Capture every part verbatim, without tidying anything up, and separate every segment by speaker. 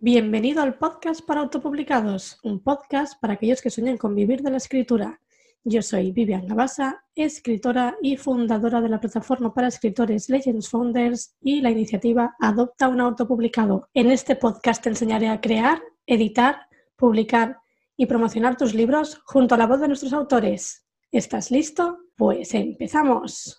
Speaker 1: Bienvenido al podcast para autopublicados, un podcast para aquellos que sueñan con vivir de la escritura. Yo soy Vivian Gabasa, escritora y fundadora de la plataforma para escritores Legends Founders y la iniciativa Adopta un autopublicado. En este podcast te enseñaré a crear, editar, publicar y promocionar tus libros junto a la voz de nuestros autores. ¿Estás listo? Pues empezamos.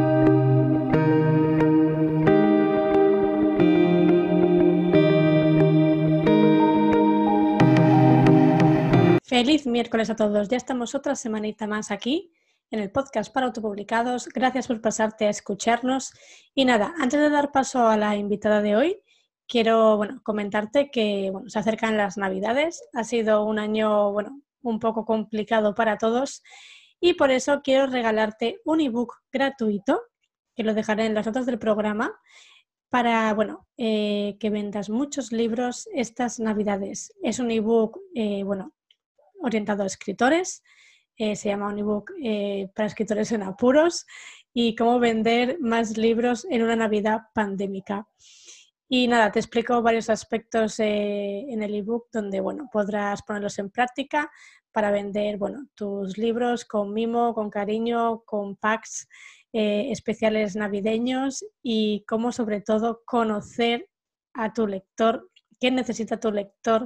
Speaker 1: Feliz miércoles a todos, ya estamos otra semanita más aquí en el podcast para autopublicados. Gracias por pasarte a escucharnos. Y nada, antes de dar paso a la invitada de hoy, quiero bueno, comentarte que bueno, se acercan las Navidades. Ha sido un año bueno, un poco complicado para todos y por eso quiero regalarte un ebook gratuito, que lo dejaré en las notas del programa, para bueno, eh, que vendas muchos libros estas Navidades. Es un ebook, eh, bueno, orientado a escritores, eh, se llama un ebook eh, para escritores en apuros y cómo vender más libros en una Navidad pandémica. Y nada, te explico varios aspectos eh, en el ebook donde bueno, podrás ponerlos en práctica para vender bueno, tus libros con mimo, con cariño, con packs eh, especiales navideños y cómo sobre todo conocer a tu lector, qué necesita tu lector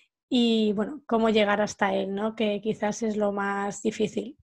Speaker 1: y bueno, cómo llegar hasta él, ¿no? Que quizás es lo más difícil.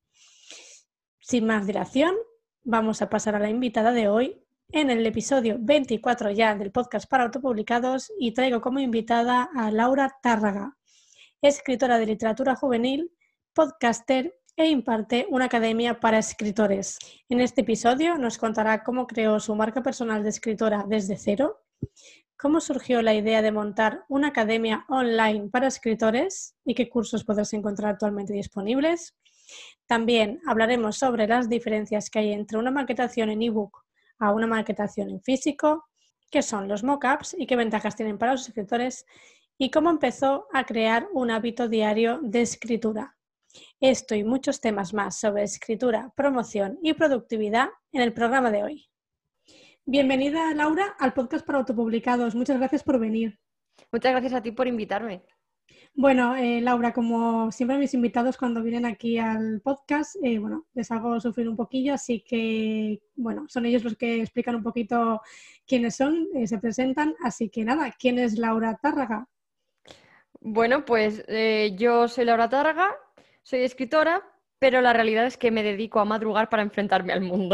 Speaker 1: Sin más dilación, vamos a pasar a la invitada de hoy en el episodio veinticuatro ya del podcast para autopublicados y traigo como invitada a Laura Tárraga, escritora de literatura juvenil, podcaster e imparte una academia para escritores. En este episodio nos contará cómo creó su marca personal de escritora desde cero, cómo surgió la idea de montar una academia online para escritores y qué cursos podrás encontrar actualmente disponibles. También hablaremos sobre las diferencias que hay entre una maquetación en ebook a una maquetación en físico, qué son los mockups y qué ventajas tienen para los escritores y cómo empezó a crear un hábito diario de escritura. Esto y muchos temas más sobre escritura, promoción y productividad en el programa de hoy. Bienvenida, Laura, al podcast para autopublicados. Muchas gracias por venir.
Speaker 2: Muchas gracias a ti por invitarme.
Speaker 1: Bueno, eh, Laura, como siempre mis invitados cuando vienen aquí al podcast, eh, bueno, les hago sufrir un poquillo, así que, bueno, son ellos los que explican un poquito quiénes son, eh, se presentan, así que nada, ¿quién es Laura Tárraga?
Speaker 2: Bueno, pues eh, yo soy Laura Tárraga, soy escritora, pero la realidad es que me dedico a madrugar para enfrentarme al mundo.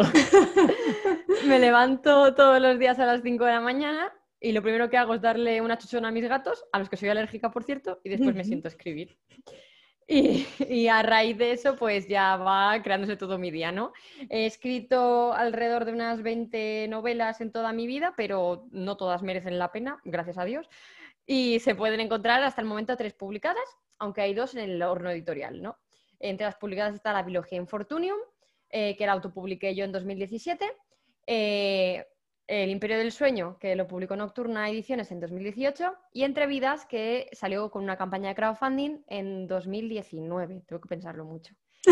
Speaker 2: Me levanto todos los días a las cinco de la mañana y lo primero que hago es darle una chuchona a mis gatos, a los que soy alérgica, por cierto, y después me siento a escribir. Y, y a raíz de eso, pues ya va creándose todo mi día, ¿no? He escrito alrededor de unas veinte novelas en toda mi vida, pero no todas merecen la pena, gracias a Dios. Y se pueden encontrar hasta el momento tres publicadas, aunque hay dos en el horno editorial, ¿no? Entre las publicadas está La Biología Infortunium, eh, que la autopubliqué yo en dos mil diecisiete, eh, El Imperio del Sueño, que lo publicó Nocturna Ediciones en dos mil dieciocho, y Entre Vidas, que salió con una campaña de crowdfunding en dos mil diecinueve. Tengo que pensarlo mucho.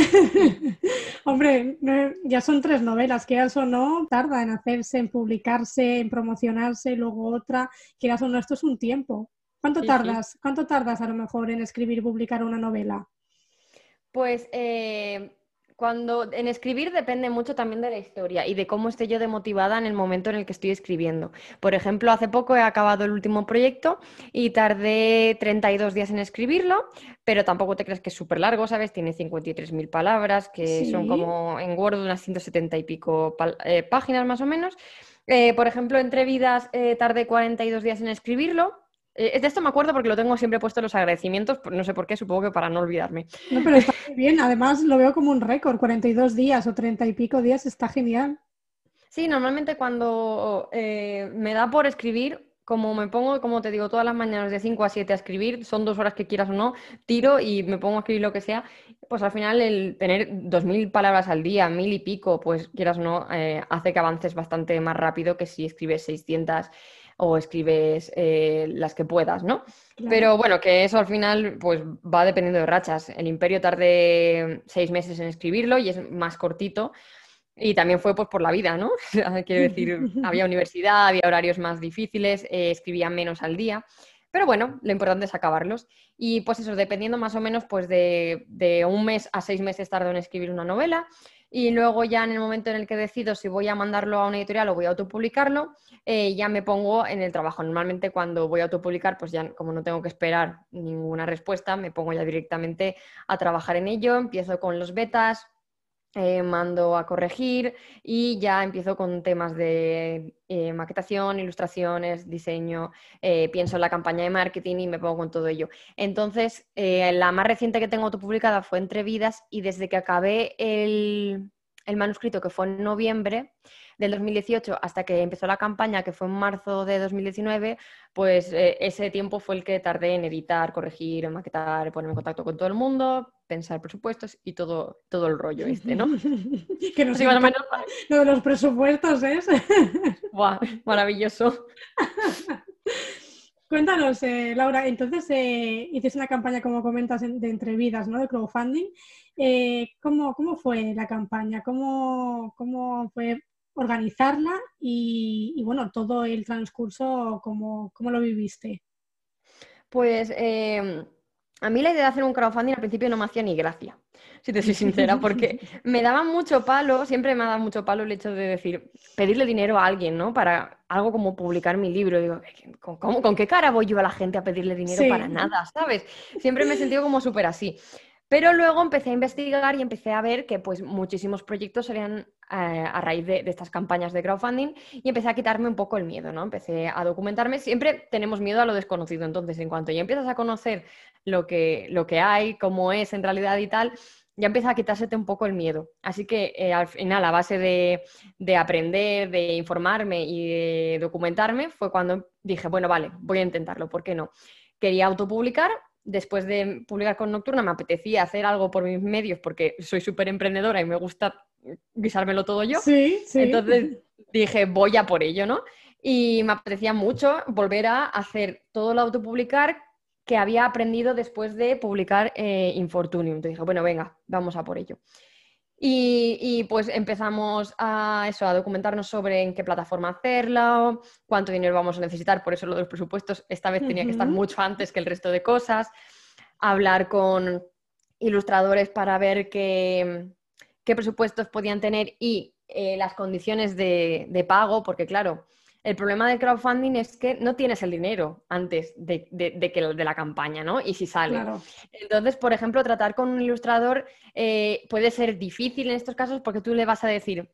Speaker 1: Hombre, ya son tres novelas, quieras o no, tarda en hacerse, en publicarse, en promocionarse, luego otra, quieras o no, esto es un tiempo. ¿Cuánto
Speaker 2: Sí,
Speaker 1: tardas?
Speaker 2: sí.
Speaker 1: ¿Cuánto tardas a lo mejor en escribir y publicar una novela?
Speaker 2: Pues eh, cuando en escribir depende mucho también de la historia y de cómo esté yo de motivada en el momento en el que estoy escribiendo. Por ejemplo, hace poco he acabado el último proyecto y tardé treinta y dos días en escribirlo, pero tampoco te creas que es súper largo, ¿sabes? Tiene cincuenta y tres mil palabras, que son
Speaker 1: Sí.
Speaker 2: como en Word unas ciento setenta y pico eh, páginas más o menos. Eh, por ejemplo, Entre Vidas eh, tardé cuarenta y dos días en escribirlo. Eh, de esto me acuerdo porque lo tengo siempre puesto en los agradecimientos, no sé por qué, supongo que para no olvidarme.
Speaker 1: No, pero está muy bien. Además, lo veo como un récord. cuarenta y dos días o treinta y pico días está genial.
Speaker 2: Sí, normalmente cuando eh, me da por escribir, como me pongo, como te digo, todas las mañanas de cinco a siete a escribir, son dos horas que quieras o no, tiro y me pongo a escribir lo que sea, pues al final el tener dos mil palabras al día, mil y pico, pues quieras o no, eh, hace que avances bastante más rápido que si escribes seiscientas o escribes eh, las que puedas, ¿no?
Speaker 1: Claro.
Speaker 2: Pero bueno, que eso al final pues va dependiendo de rachas. El Imperio tardé seis meses en escribirlo y es más cortito. Y también fue pues por la vida, ¿no? Quiero decir, había universidad, había horarios más difíciles, eh, escribía menos al día. Pero bueno, lo importante es acabarlos. Y pues eso, dependiendo más o menos pues de, de un mes a seis meses tardo en escribir una novela. Y luego ya en el momento en el que decido si voy a mandarlo a una editorial o voy a autopublicarlo, eh, ya me pongo en el trabajo. Normalmente cuando voy a autopublicar, pues ya como no tengo que esperar ninguna respuesta, me pongo ya directamente a trabajar en ello, empiezo con los betas, eh, mando a corregir y ya empiezo con temas de eh, maquetación, ilustraciones, diseño, eh, pienso en la campaña de marketing y me pongo con todo ello. Entonces, eh, la más reciente que tengo autopublicada fue Entre Vidas y desde que acabé el, el manuscrito, que fue en noviembre del dos mil dieciocho, hasta que empezó la campaña, que fue en marzo de dos mil diecinueve, pues eh, ese tiempo fue el que tardé en editar, corregir, maquetar, ponerme en contacto con todo el mundo, pensar presupuestos y todo, todo el rollo este, ¿no?
Speaker 1: Que nos
Speaker 2: Así más o menos.
Speaker 1: lo de los presupuestos es.
Speaker 2: ¡Guau! Maravilloso.
Speaker 1: Cuéntanos, eh, Laura, entonces eh, hiciste una campaña, como comentas, de Entre Vidas, ¿no? De crowdfunding. Eh, ¿cómo, ¿Cómo fue la campaña? ¿Cómo, cómo fue organizarla? Y, y bueno, todo el transcurso, ¿cómo, cómo lo viviste?
Speaker 2: Pues eh, a mí la idea de hacer un crowdfunding al principio no me hacía ni gracia, si te soy sincera, porque me daba mucho palo, siempre me ha dado mucho palo el hecho de decir, pedirle dinero a alguien, ¿no? Para algo como publicar mi libro. Digo, ¿con, cómo, ¿con qué cara voy yo a la gente a pedirle dinero
Speaker 1: Sí.
Speaker 2: para nada, ¿sabes? Siempre me he sentido como súper así. Pero luego empecé a investigar y empecé a ver que pues muchísimos proyectos salían eh, a raíz de, de estas campañas de crowdfunding y empecé a quitarme un poco el miedo, ¿no? Empecé a documentarme. Siempre tenemos miedo a lo desconocido, entonces en cuanto ya empiezas a conocer lo que, lo que hay, cómo es en realidad y tal, ya empieza a quitársete un poco el miedo. Así que eh, al final, a base de, de aprender, de informarme y de documentarme, fue cuando dije, bueno, vale, voy a intentarlo, ¿por qué no? Quería autopublicar. Después de publicar con Nocturna me apetecía hacer algo por mis medios porque soy súper emprendedora y me gusta guisármelo todo yo.
Speaker 1: Sí, sí.
Speaker 2: Entonces dije, voy a por ello, ¿no? Y me apetecía mucho volver a hacer todo el autopublicar que había aprendido después de publicar eh, Infortunium. Entonces dije, bueno, venga, vamos a por ello. Y, y pues empezamos a eso, a documentarnos sobre en qué plataforma hacerlo, cuánto dinero vamos a necesitar, por eso lo de los presupuestos esta vez tenía que estar mucho antes que el resto de cosas, hablar con ilustradores para ver qué, qué presupuestos podían tener y eh, las condiciones de, de pago, porque claro, el problema del crowdfunding es que no tienes el dinero antes de, de, de, que, de la campaña, ¿no? Y si sale.
Speaker 1: Claro.
Speaker 2: Entonces, por ejemplo, tratar con un ilustrador eh, puede ser difícil en estos casos porque tú le vas a decir,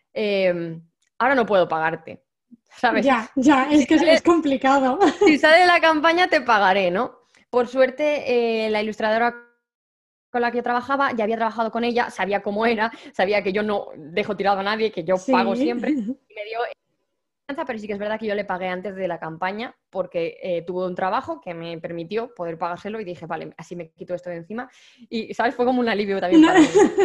Speaker 2: eh, ahora no puedo pagarte, ¿sabes?
Speaker 1: Ya, ya, es que es complicado.
Speaker 2: Si sale la campaña te pagaré, ¿no? Por suerte, eh, la ilustradora con la que yo trabajaba, ya había trabajado con ella, sabía cómo era, sabía que yo no dejo tirado a nadie, que yo
Speaker 1: Sí.
Speaker 2: pago siempre, y me dio... Pero sí que es verdad que yo le pagué antes de la campaña porque eh, tuve un trabajo que me permitió poder pagárselo y dije, vale, así me quito esto de encima. Y, ¿sabes? Fue como un alivio también para mí.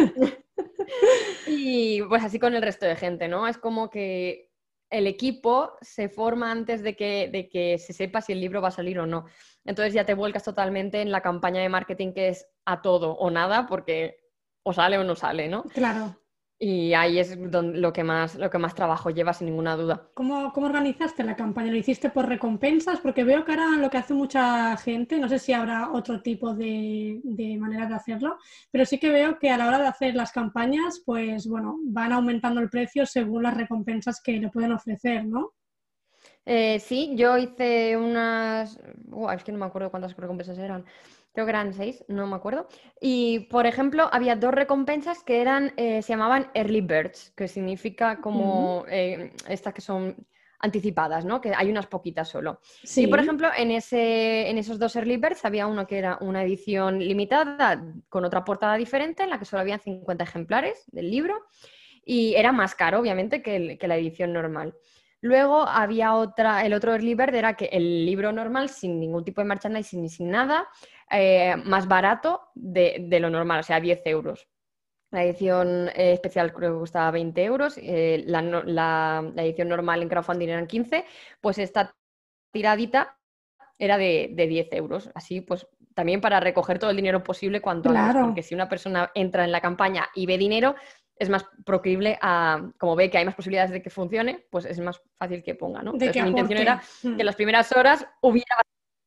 Speaker 2: Y pues así con el resto de gente, ¿no? Es como que el equipo se forma antes de que, de que se sepa si el libro va a salir o no. Entonces ya te vuelcas totalmente en la campaña de marketing que es a todo o nada porque o sale o no sale, ¿no?
Speaker 1: Claro.
Speaker 2: Y ahí es donde, lo, que más, lo que más trabajo lleva, sin ninguna duda.
Speaker 1: ¿Cómo, ¿Cómo organizaste la campaña? ¿Lo hiciste por recompensas? Porque veo que ahora lo que hace mucha gente, no sé si habrá otro tipo de, de manera de hacerlo, pero sí que veo que a la hora de hacer las campañas, pues bueno, van aumentando el precio según las recompensas que le pueden ofrecer, ¿no?
Speaker 2: Eh, sí, yo hice unas... Uh, es que no me acuerdo cuántas recompensas eran. Creo que eran seis, no me acuerdo. Y, por ejemplo, había dos recompensas que eran, eh, se llamaban Early Birds, que significa como uh-huh. eh, estas que son anticipadas, ¿no? Que hay unas poquitas solo. Sí. Y, por ejemplo, en, ese, en esos dos Early Birds había uno que era una edición limitada con otra portada diferente en la que solo habían cincuenta ejemplares del libro y era más caro, obviamente, que, el, que la edición normal. Luego había otra, el otro Early Bird era que el libro normal, sin ningún tipo de merchandising ni sin nada, eh, más barato de, de lo normal, o sea, diez euros. La edición eh, especial creo que costaba veinte euros, eh, la, la, la edición normal en crowdfunding eran quince, pues esta tiradita era de, de diez euros. Así, pues también para recoger todo el dinero posible cuanto
Speaker 1: claro.
Speaker 2: antes, porque si una persona entra en la campaña y ve dinero, es más proclive a, como ve que hay más posibilidades de que funcione, pues es más fácil que ponga, ¿no?
Speaker 1: De
Speaker 2: Entonces,
Speaker 1: que
Speaker 2: mi intención
Speaker 1: aporte.
Speaker 2: era que en las primeras horas hubiera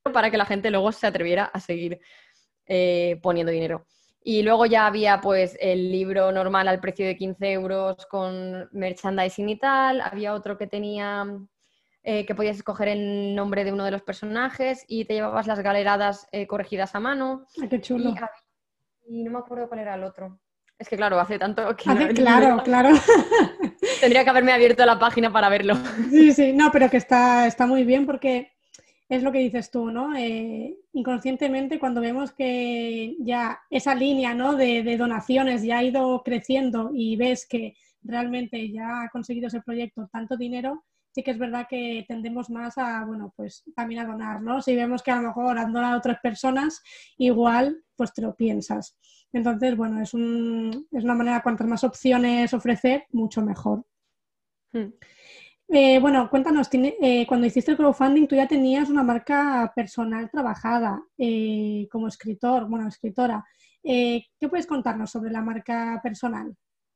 Speaker 2: para que la gente luego se atreviera a seguir eh, poniendo dinero. Y luego ya había pues el libro normal al precio de quince euros con merchandising y tal. Había otro que tenía eh, que podías escoger el nombre de uno de los personajes y te llevabas las galeradas eh, corregidas a mano.
Speaker 1: Ah, qué chulo.
Speaker 2: Y, y no me acuerdo cuál era el otro. Es que claro, hace tanto que
Speaker 1: hace,
Speaker 2: no he
Speaker 1: Claro,
Speaker 2: leído.
Speaker 1: claro.
Speaker 2: Tendría que haberme abierto la página para verlo.
Speaker 1: Sí, sí, no, pero que está, está muy bien porque es lo que dices tú, ¿no? Eh, inconscientemente cuando vemos que ya esa línea, ¿no? de, de donaciones ya ha ido creciendo y ves que realmente ya ha conseguido ese proyecto tanto dinero, sí que es verdad que tendemos más a, bueno, pues también a donar, ¿no? Si vemos que a lo mejor han donado a otras personas, igual, pues te lo piensas. Entonces, bueno, es, un, es una manera, cuantas más opciones ofrecer, mucho mejor.
Speaker 2: Hmm.
Speaker 1: Eh, bueno, cuéntanos, tiene, eh, cuando hiciste el crowdfunding tú ya tenías una marca personal trabajada eh, como escritor, bueno, escritora. Eh, ¿qué puedes contarnos sobre la marca personal?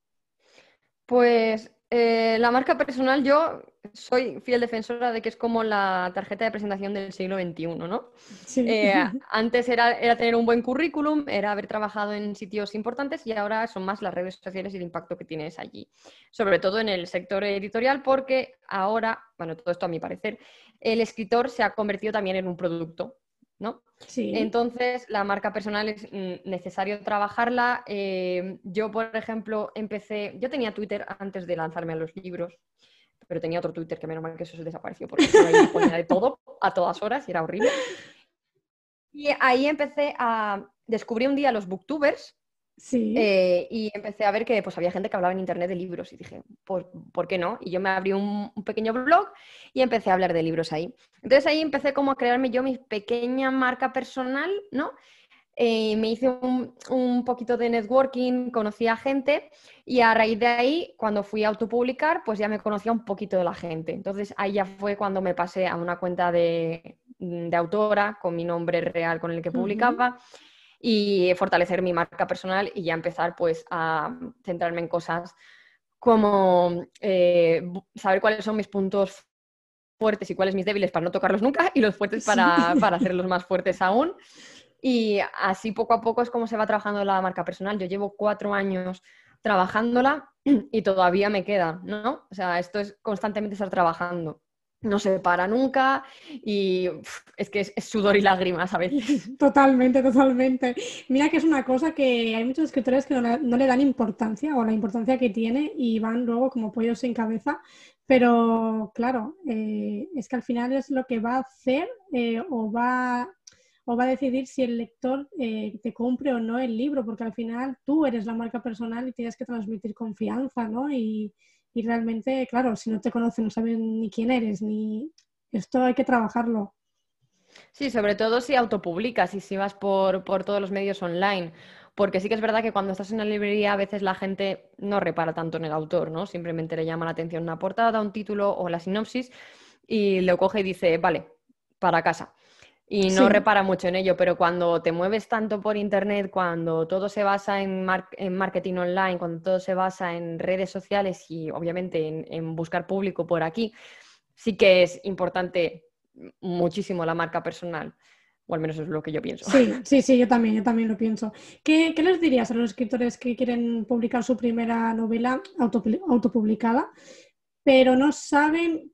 Speaker 2: Pues eh, la marca personal, yo soy fiel defensora de que es como la tarjeta de presentación del siglo veintiuno, ¿no?
Speaker 1: Sí.
Speaker 2: Eh, antes era, era tener un buen currículum, era haber trabajado en sitios importantes y ahora son más las redes sociales y el impacto que tienes allí. Sobre todo en el sector editorial, porque ahora, bueno, todo esto a mi parecer, el escritor se ha convertido también en un producto, ¿no?
Speaker 1: Sí.
Speaker 2: Entonces, la marca personal es mm, necesario trabajarla. Eh, yo, por ejemplo, empecé, yo tenía Twitter antes de lanzarme a los libros, pero tenía otro Twitter que menos mal que eso se desapareció porque yo ahí ponía de todo a todas horas y era horrible. Y ahí empecé a descubrir un día los booktubers.
Speaker 1: Sí.
Speaker 2: Eh, y empecé a ver que pues, había gente que hablaba en internet de libros y dije, pues, ¿por qué no? Y yo me abrí un, un pequeño blog y empecé a hablar de libros ahí. Entonces ahí empecé como a crearme yo mi pequeña marca personal, ¿no? Eh, me hice un, un poquito de networking, conocí a gente y a raíz de ahí, cuando fui a autopublicar, pues ya me conocía un poquito de la gente. Entonces ahí ya fue cuando me pasé a una cuenta de, de autora con mi nombre real con el que publicaba. Uh-huh. Y fortalecer mi marca personal y ya empezar pues a centrarme en cosas como eh, saber cuáles son mis puntos fuertes y cuáles mis débiles para no tocarlos nunca y los fuertes para, sí. para hacerlos más fuertes aún. Y así poco a poco es como se va trabajando la marca personal. Yo llevo cuatro años trabajándola y todavía me queda, ¿no? O sea, esto es constantemente estar trabajando. No se para nunca y uf, es que es, es sudor y lágrimas a veces.
Speaker 1: Totalmente, totalmente. Mira que es una cosa que hay muchos escritores que no le, no le dan importancia o la importancia que tiene y van luego como pollos sin cabeza, pero claro, eh, es que al final es lo que va a hacer eh, o va... o va a decidir si el lector eh, te compre o no el libro, porque al final tú eres la marca personal y tienes que transmitir confianza, ¿no? Y, y realmente, claro, si no te conocen, no saben ni quién eres, ni esto hay que trabajarlo.
Speaker 2: Sí, sobre todo si autopublicas y si vas por, por todos los medios online, porque sí que es verdad que cuando estás en una librería a veces la gente no repara tanto en el autor, ¿no? Simplemente le llama la atención una portada, un título o la sinopsis y lo coge y dice, vale, para casa. Y no sí. repara mucho en ello, pero cuando te mueves tanto por internet, cuando todo se basa en, mar en marketing online, cuando todo se basa en redes sociales y obviamente en, en buscar público por aquí, sí que es importante muchísimo la marca personal, o al menos es lo que yo pienso.
Speaker 1: Sí, sí, sí, yo también, yo también lo pienso. ¿Qué, qué les dirías a los escritores que quieren publicar su primera novela autopublicada, pero no saben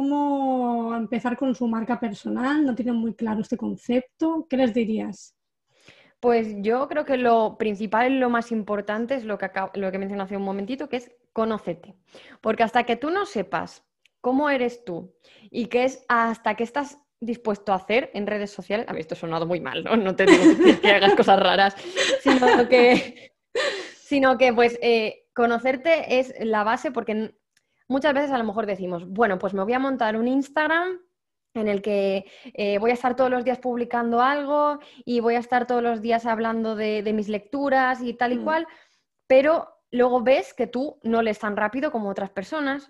Speaker 1: cómo empezar con su marca personal, no tienen muy claro este concepto? ¿Qué les dirías?
Speaker 2: Pues yo creo que lo principal y lo más importante es lo que, acabo, lo que mencioné hace un momentito, que es conócete. Porque hasta que tú no sepas cómo eres tú y qué es hasta que estás dispuesto a hacer en redes sociales, a ver, esto ha sonado muy mal, ¿no? No te digo que, que hagas cosas raras, sino que, sino que pues eh, conocerte es la base porque muchas veces a lo mejor decimos, bueno, pues me voy a montar un Instagram en el que eh, voy a estar todos los días publicando algo y voy a estar todos los días hablando de, de mis lecturas y tal y mm. cual, pero luego ves que tú no lees tan rápido como otras personas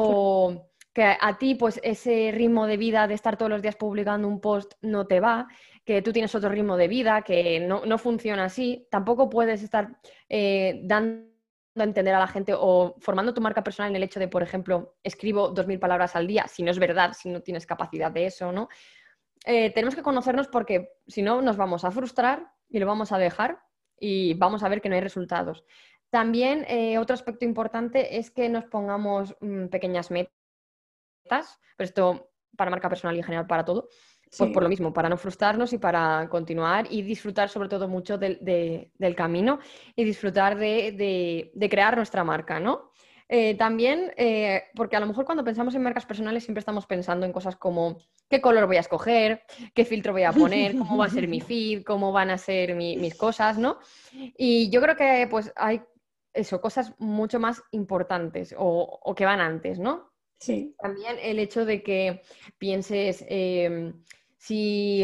Speaker 2: o que a ti pues ese ritmo de vida de estar todos los días publicando un post no te va, que tú tienes otro ritmo de vida, que no, no funciona así, tampoco puedes estar eh, dando a entender a la gente o formando tu marca personal en el hecho de, por ejemplo, escribo dos mil palabras al día, si no es verdad, si no tienes capacidad de eso, ¿no? eh, tenemos que conocernos porque si no nos vamos a frustrar y lo vamos a dejar y vamos a ver que no hay resultados. También eh, otro aspecto importante es que nos pongamos mmm, pequeñas metas, pero esto para marca personal y en general para todo, pues
Speaker 1: Sí.
Speaker 2: por lo mismo, para no frustrarnos y para continuar y disfrutar sobre todo mucho del, de, del camino y disfrutar de, de, de crear nuestra marca, ¿no? Eh, también, eh, porque a lo mejor cuando pensamos en marcas personales siempre estamos pensando en cosas como qué color voy a escoger, qué filtro voy a poner, cómo va a ser mi feed, cómo van a ser mi, mis cosas, ¿no? Y yo creo que pues hay eso, cosas mucho más importantes o, o que van antes, ¿no?
Speaker 1: Sí.
Speaker 2: También el hecho de que pienses eh, si,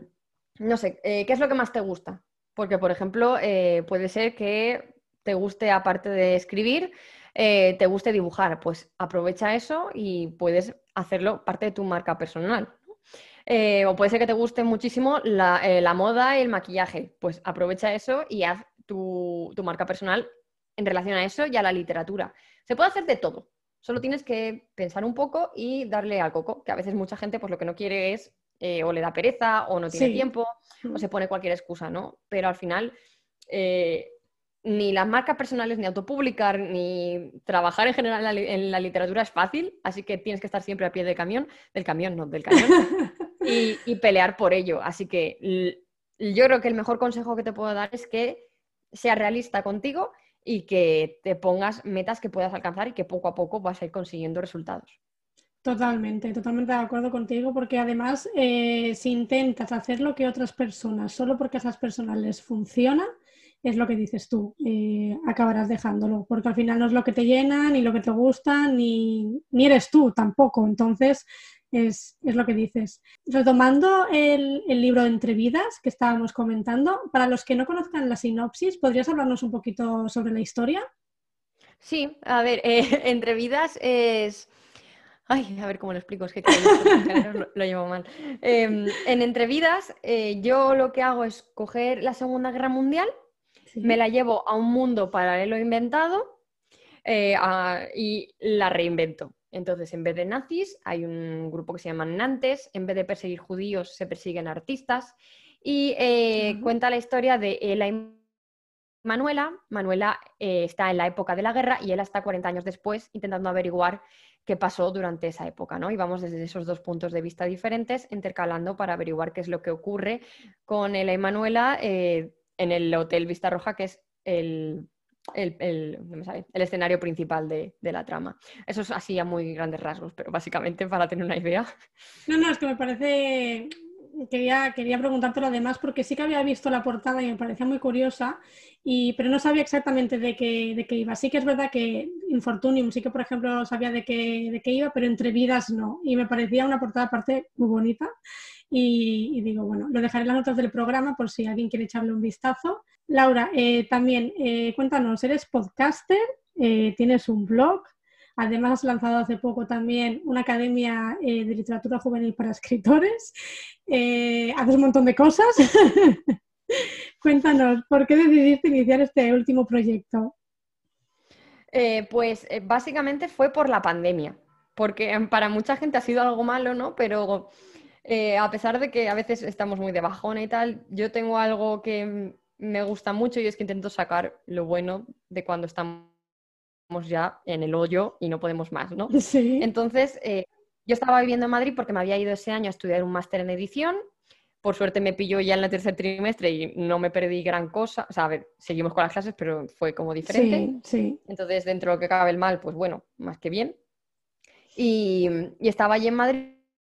Speaker 2: no sé, eh, ¿qué es lo que más te gusta? Porque, por ejemplo, eh, puede ser que te guste, aparte de escribir, eh, te guste dibujar. Pues aprovecha eso y puedes hacerlo parte de tu marca personal. Eh, o puede ser que te guste muchísimo la, eh, la moda y el maquillaje. Pues aprovecha eso y haz tu, tu marca personal en relación a eso y a la literatura. Se puede hacer de todo. Solo tienes que pensar un poco y darle al coco, que a veces mucha gente pues lo que no quiere es eh, o le da pereza o no tiene
Speaker 1: Sí.
Speaker 2: tiempo o se pone cualquier excusa, ¿no? Pero al final eh, ni las marcas personales, ni autopublicar, ni trabajar en general en la, en la literatura es fácil, así que tienes que estar siempre a pie del camión, del camión, no, del cañón, y, y pelear por ello. Así que yo creo que el mejor consejo que te puedo dar es que seas realista contigo y que te pongas metas que puedas alcanzar y que poco a poco vas a ir consiguiendo resultados.
Speaker 1: Totalmente, totalmente de acuerdo contigo, porque además eh, si intentas hacer lo que otras personas, solo porque a esas personas les funciona, es lo que dices tú, eh, acabarás dejándolo, porque al final no es lo que te llena, ni lo que te gusta, ni, ni eres tú tampoco, entonces es, es lo que dices. Retomando el, el libro de Entre Vidas que estábamos comentando, para los que no conozcan la sinopsis, ¿podrías hablarnos un poquito sobre la historia?
Speaker 2: Sí, a ver, eh, Entre Vidas es... Ay, a ver cómo lo explico, es que claro, lo, lo llevo mal. Eh, en Entre Vidas, eh, yo lo que hago es coger la Segunda Guerra Mundial,
Speaker 1: Sí.
Speaker 2: me la llevo a un mundo paralelo inventado eh, a, y la reinvento. Entonces, en vez de nazis, hay un grupo que se llaman Nantes, en vez de perseguir judíos, se persiguen artistas, y eh,
Speaker 1: Ajá.
Speaker 2: cuenta la historia de Ela y Manuela. Manuela eh, está en la época de la guerra y él está cuarenta años después intentando averiguar qué pasó durante esa época, ¿no? Y vamos desde esos dos puntos de vista diferentes, intercalando para averiguar qué es lo que ocurre con Ela y Manuela eh, en el Hotel Vista Roja, que es el, el, el, no me sale, el escenario principal de, de la trama. Eso es así a muy grandes rasgos, pero básicamente para tener una idea.
Speaker 1: No, no, es que me parece... Quería, quería preguntártelo además porque sí que había visto la portada y me parecía muy curiosa, y, pero no sabía exactamente de qué, de qué iba. Sí que es verdad que Infortunium sí que, por ejemplo, sabía de qué, de qué iba, pero Entre Vidas no. Y me parecía una portada aparte muy bonita. Y, y digo, bueno, lo dejaré en las notas del programa por si alguien quiere echarle un vistazo. Laura, eh, también eh, cuéntanos, eres podcaster, eh, tienes un blog. Además, has lanzado hace poco también una academia eh, de literatura juvenil para escritores. Eh, haces un montón de cosas. Cuéntanos, ¿por qué decidiste iniciar este último proyecto?
Speaker 2: Eh, pues eh, básicamente fue por la pandemia, porque para mucha gente ha sido algo malo, ¿no? Pero eh, a pesar de que a veces estamos muy de bajona y tal, yo tengo algo que me gusta mucho y es que intento sacar lo bueno de cuando estamos ya en el hoyo y no podemos más, ¿no?
Speaker 1: Sí.
Speaker 2: Entonces, eh, yo estaba viviendo en Madrid porque me había ido ese año a estudiar un máster en edición. Por suerte me pilló ya en el tercer trimestre y no me perdí gran cosa. O sea, a ver, seguimos con las clases, pero fue como diferente.
Speaker 1: Sí, sí.
Speaker 2: Entonces, dentro de lo que cabe el mal, pues bueno, más que bien. Y, y estaba allí en Madrid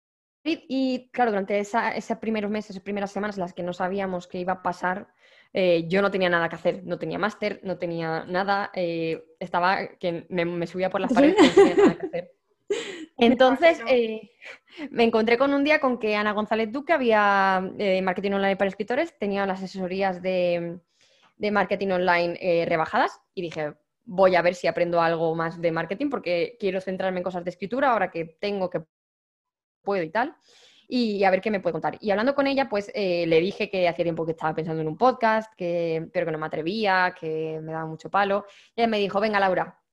Speaker 2: y, claro, durante esa, esos primeros meses, esas primeras semanas en las que no sabíamos qué iba a pasar, eh, yo no tenía nada que hacer. No tenía máster, no tenía nada. Eh, estaba que me, me subía por las paredes, no tenía nada que hacer. Entonces, eh, me encontré con un día con que Ana González Duque había eh, marketing online para escritores, tenía las asesorías de, de marketing online eh, rebajadas y dije, voy a ver si aprendo algo más de marketing porque quiero centrarme en cosas de escritura ahora que tengo, que puedo y tal, y a ver qué me puede contar. Y hablando con ella, pues eh, le dije que hacía tiempo que estaba pensando en un podcast, que, pero que no me atrevía, que me daba mucho palo. Y ella me dijo, venga Laura,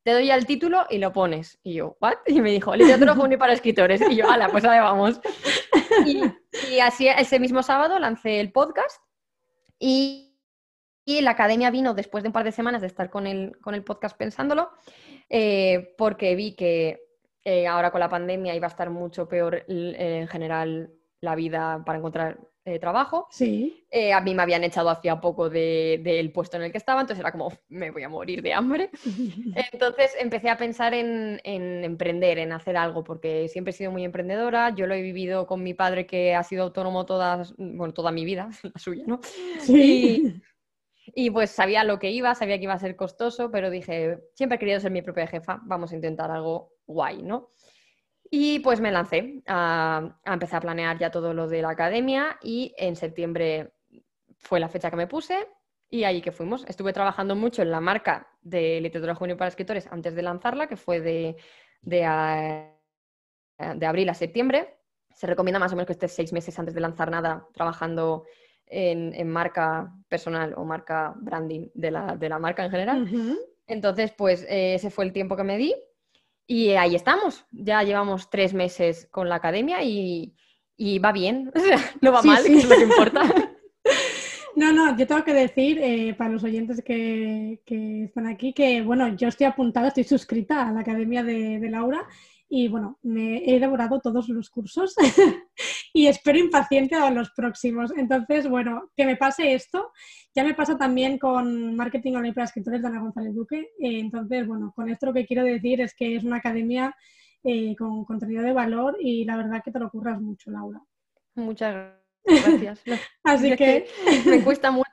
Speaker 2: te doy ya el título y lo pones. Y yo, ¿what? Y me dijo, literatura juvenil para escritores. Y yo, ala, pues ahí vamos. Y, y así ese mismo sábado lancé el podcast y, y la academia vino después de un par de semanas de estar con el, con el podcast pensándolo, eh, porque vi que eh, ahora con la pandemia iba a estar mucho peor eh, en general la vida para encontrar eh, trabajo.
Speaker 1: Sí.
Speaker 2: Eh, a mí me habían echado hacía poco de, del puesto en el que estaba, entonces era como, me voy a morir de hambre. Entonces empecé a pensar en, en emprender, en hacer algo, porque siempre he sido muy emprendedora. Yo lo he vivido con mi padre, que ha sido autónomo todas, bueno, toda mi vida, la suya, ¿no?
Speaker 1: Sí.
Speaker 2: Y, y pues sabía lo que iba, sabía que iba a ser costoso, pero dije, siempre he querido ser mi propia jefa, vamos a intentar algo guay, ¿no? Y pues me lancé a, a empezar a planear ya todo lo de la academia y en septiembre fue la fecha que me puse y ahí que fuimos. Estuve trabajando mucho en la marca de literatura juvenil para escritores antes de lanzarla, que fue de, de, a, de abril a septiembre. Se recomienda más o menos que estés seis meses antes de lanzar nada trabajando en, en marca personal o marca branding de la, de la marca en general.
Speaker 1: Uh-huh.
Speaker 2: Entonces, pues eh, ese fue el tiempo que me di. Y ahí estamos, ya llevamos tres meses con la academia y, y va bien, o sea, no va
Speaker 1: Sí,
Speaker 2: mal,
Speaker 1: sí.
Speaker 2: que es lo que importa.
Speaker 1: No, no, yo tengo que decir, eh, para los oyentes que, que están aquí, que bueno, yo estoy apuntada, estoy suscrita a la Academia de, de Laura y bueno, me he devorado todos los cursos y espero impaciente a los próximos. Entonces, bueno, que me pase esto, ya me pasa también con Marketing Online para Escritores de Ana González Duque. Eh, entonces, bueno, con esto lo que quiero decir es que es una academia eh, con contenido de valor y la verdad que te lo curras mucho, Laura.
Speaker 2: Muchas gracias. No,
Speaker 1: Así
Speaker 2: es
Speaker 1: que...
Speaker 2: que me cuesta mucho.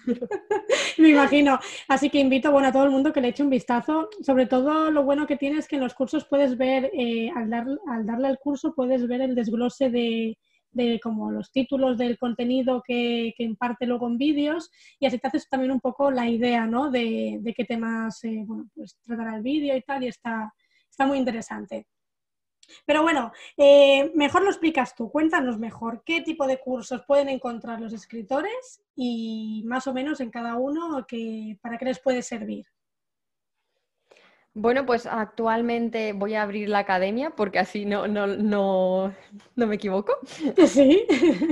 Speaker 1: Me imagino. Así que invito bueno, a todo el mundo que le eche un vistazo. Sobre todo lo bueno que tiene es que en los cursos puedes ver, eh, al, dar, al darle al curso, puedes ver el desglose de, de como los títulos del contenido que, que imparte luego en vídeos y así te haces también un poco la idea, ¿no? de, de qué temas eh, bueno, pues tratará el vídeo y tal y está, está muy interesante. Pero bueno, eh, mejor lo explicas tú, cuéntanos mejor qué tipo de cursos pueden encontrar los escritores y más o menos en cada uno que, para qué les puede servir.
Speaker 2: Bueno, pues actualmente voy a abrir la academia porque así no, no, no, no me equivoco.
Speaker 1: Sí.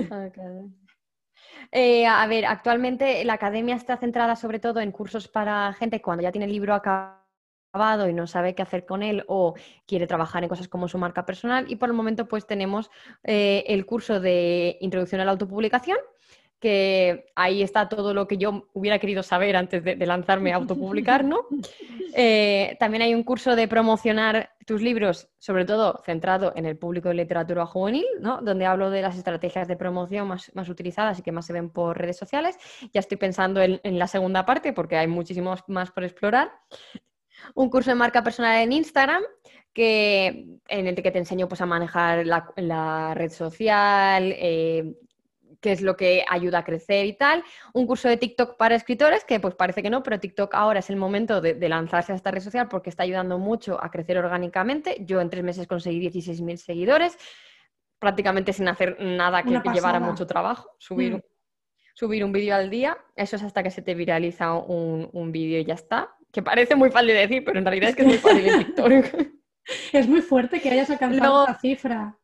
Speaker 2: Eh, a ver, actualmente la academia está centrada sobre todo en cursos para gente cuando ya tiene el libro acabado y no sabe qué hacer con él o quiere trabajar en cosas como su marca personal y por el momento pues tenemos eh, el curso de Introducción a la Autopublicación, que ahí está todo lo que yo hubiera querido saber antes de, de lanzarme a autopublicar, ¿no? Eh, también hay un curso de promocionar tus libros, sobre todo centrado en el público de literatura juvenil, ¿no? Donde hablo de las estrategias de promoción más, más utilizadas y que más se ven por redes sociales. Ya estoy pensando en, en la segunda parte porque hay muchísimos más por explorar. Un curso de marca personal en Instagram, que, en el que te enseño pues, a manejar la, la red social, eh, qué es lo que ayuda a crecer y tal. Un curso de TikTok para escritores, que pues parece que no, pero TikTok ahora es el momento de, de lanzarse a esta red social porque está ayudando mucho a crecer orgánicamente. Yo en tres meses conseguí dieciséis mil seguidores, prácticamente sin hacer nada que, que llevara mucho trabajo, subir... Mm. subir un vídeo al día, eso es hasta que se te viraliza un, un vídeo y ya está. Que parece muy fácil de decir, pero en realidad es que es muy fácil en TikTok.
Speaker 1: Es muy fuerte que hayas alcanzado
Speaker 2: Luego...
Speaker 1: esa cifra.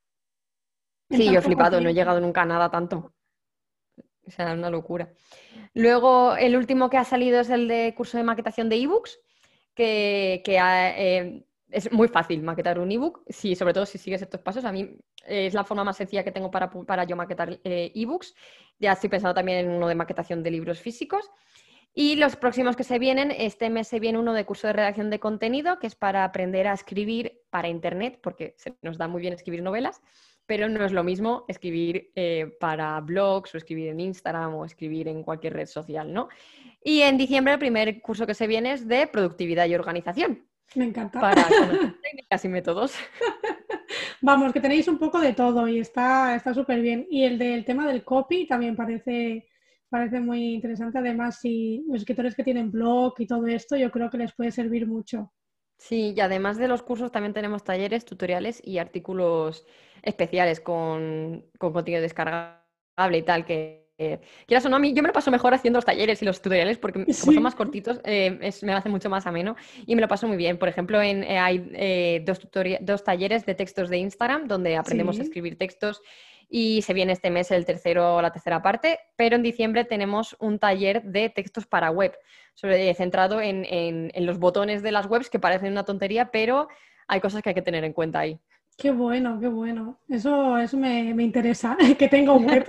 Speaker 2: Sí, yo he flipado, tiempo. No he llegado nunca a nada tanto. O sea, una locura. Luego, el último que ha salido es el de curso de maquetación de ebooks, que, que eh, es muy fácil maquetar un ebook, sí, sobre todo si sigues estos pasos. A mí eh, es la forma más sencilla que tengo para, para yo maquetar eh, ebooks. Ya estoy pensando también en uno de maquetación de libros físicos. Y los próximos que se vienen, este mes se viene uno de curso de redacción de contenido, que es para aprender a escribir para Internet, porque se nos da muy bien escribir novelas, pero no es lo mismo escribir eh, para blogs o escribir en Instagram o escribir en cualquier red social, ¿no? Y en diciembre el primer curso que se viene es de productividad y organización.
Speaker 1: Me encanta.
Speaker 2: Para conocer técnicas y métodos.
Speaker 1: Vamos, que tenéis un poco de todo y está está súper bien. Y el del tema del copy también parece, parece muy interesante. Además, si los escritores que tienen blog y todo esto, yo creo que les puede servir mucho.
Speaker 2: Sí, y además de los cursos también tenemos talleres, tutoriales y artículos especiales con, con contenido descargable y tal, que quieras o no, a mí yo me lo paso mejor haciendo los talleres y los tutoriales porque como
Speaker 1: Sí.
Speaker 2: son más cortitos, eh, es, me hace mucho más ameno y me lo paso muy bien. Por ejemplo, en, eh, hay eh, dos, tutori- dos talleres de textos de Instagram donde aprendemos a
Speaker 1: Sí.
Speaker 2: escribir textos y se viene este mes el tercero o la tercera parte, pero en diciembre tenemos un taller de textos para web, sobre, centrado en, en, en los botones de las webs que parecen una tontería, pero hay cosas que hay que tener en cuenta ahí.
Speaker 1: Qué bueno, qué bueno. Eso, eso me, me interesa, que tengo web.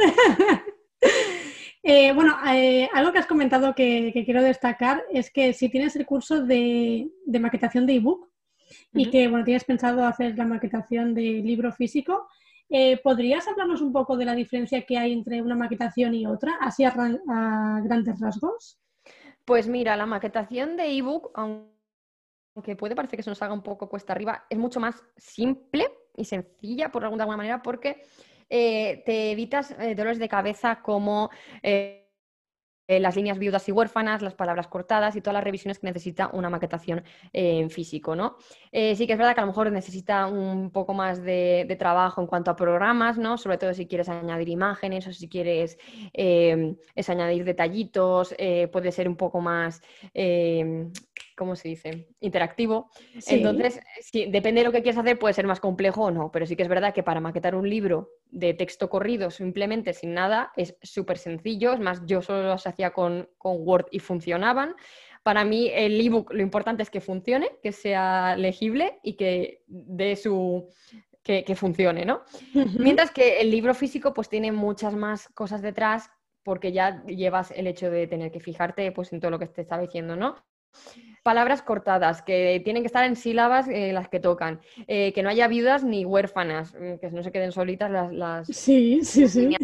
Speaker 1: Eh, bueno, eh, algo que has comentado que, que quiero destacar es que si tienes el curso de, de maquetación de ebook y
Speaker 2: Uh-huh.
Speaker 1: que bueno, tienes pensado hacer la maquetación de libro físico, eh, ¿podrías hablarnos un poco de la diferencia que hay entre una maquetación y otra, así a, ran- a grandes rasgos?
Speaker 2: Pues mira, la maquetación de ebook, aunque puede parecer que se nos haga un poco cuesta arriba, es mucho más simple y sencilla, por alguna manera, porque eh, te evitas eh, dolores de cabeza como eh, eh, las líneas viudas y huérfanas, las palabras cortadas y todas las revisiones que necesita una maquetación eh, en físico, ¿no? Eh, sí que es verdad que a lo mejor necesita un poco más de, de trabajo en cuanto a programas, ¿no? Sobre todo si quieres añadir imágenes o si quieres eh, es añadir detallitos, eh, puede ser un poco más... Eh, ¿cómo se dice? Interactivo.
Speaker 1: Sí,
Speaker 2: Entonces, sí, depende de lo que quieras hacer, puede ser más complejo o no, pero sí que es verdad que para maquetar un libro de texto corrido simplemente sin nada es súper sencillo. Es más, yo solo los hacía con, con Word y funcionaban. Para mí el ebook lo importante es que funcione, que sea legible y que dé su... Que, que funcione, ¿no?
Speaker 1: uh-huh.
Speaker 2: Mientras que el libro físico pues tiene muchas más cosas detrás porque ya llevas el hecho de tener que fijarte pues en todo lo que te estaba diciendo, ¿no? Palabras cortadas, que tienen que estar en sílabas eh, las que tocan, eh, que no haya viudas ni huérfanas, mm, que no se queden solitas las, las,
Speaker 1: Sí, sí,
Speaker 2: las
Speaker 1: sí.
Speaker 2: líneas,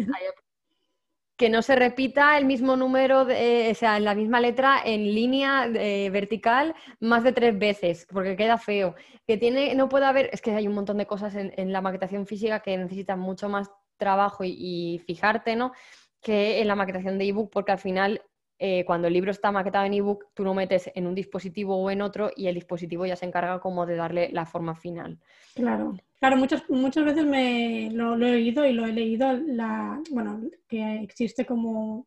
Speaker 2: que no se repita el mismo número, de, eh, o sea, en la misma letra en línea eh, vertical más de tres veces, porque queda feo. Que tiene, no puede haber, es que hay un montón de cosas en, en la maquetación física que necesitan mucho más trabajo y, y fijarte, ¿no? Que en la maquetación de ebook, porque al final eh, cuando el libro está maquetado en ebook, tú lo metes en un dispositivo o en otro y el dispositivo ya se encarga como de darle la forma final.
Speaker 1: Claro, claro, muchas, muchas veces me lo, lo he oído y lo he leído, la, bueno, que existe como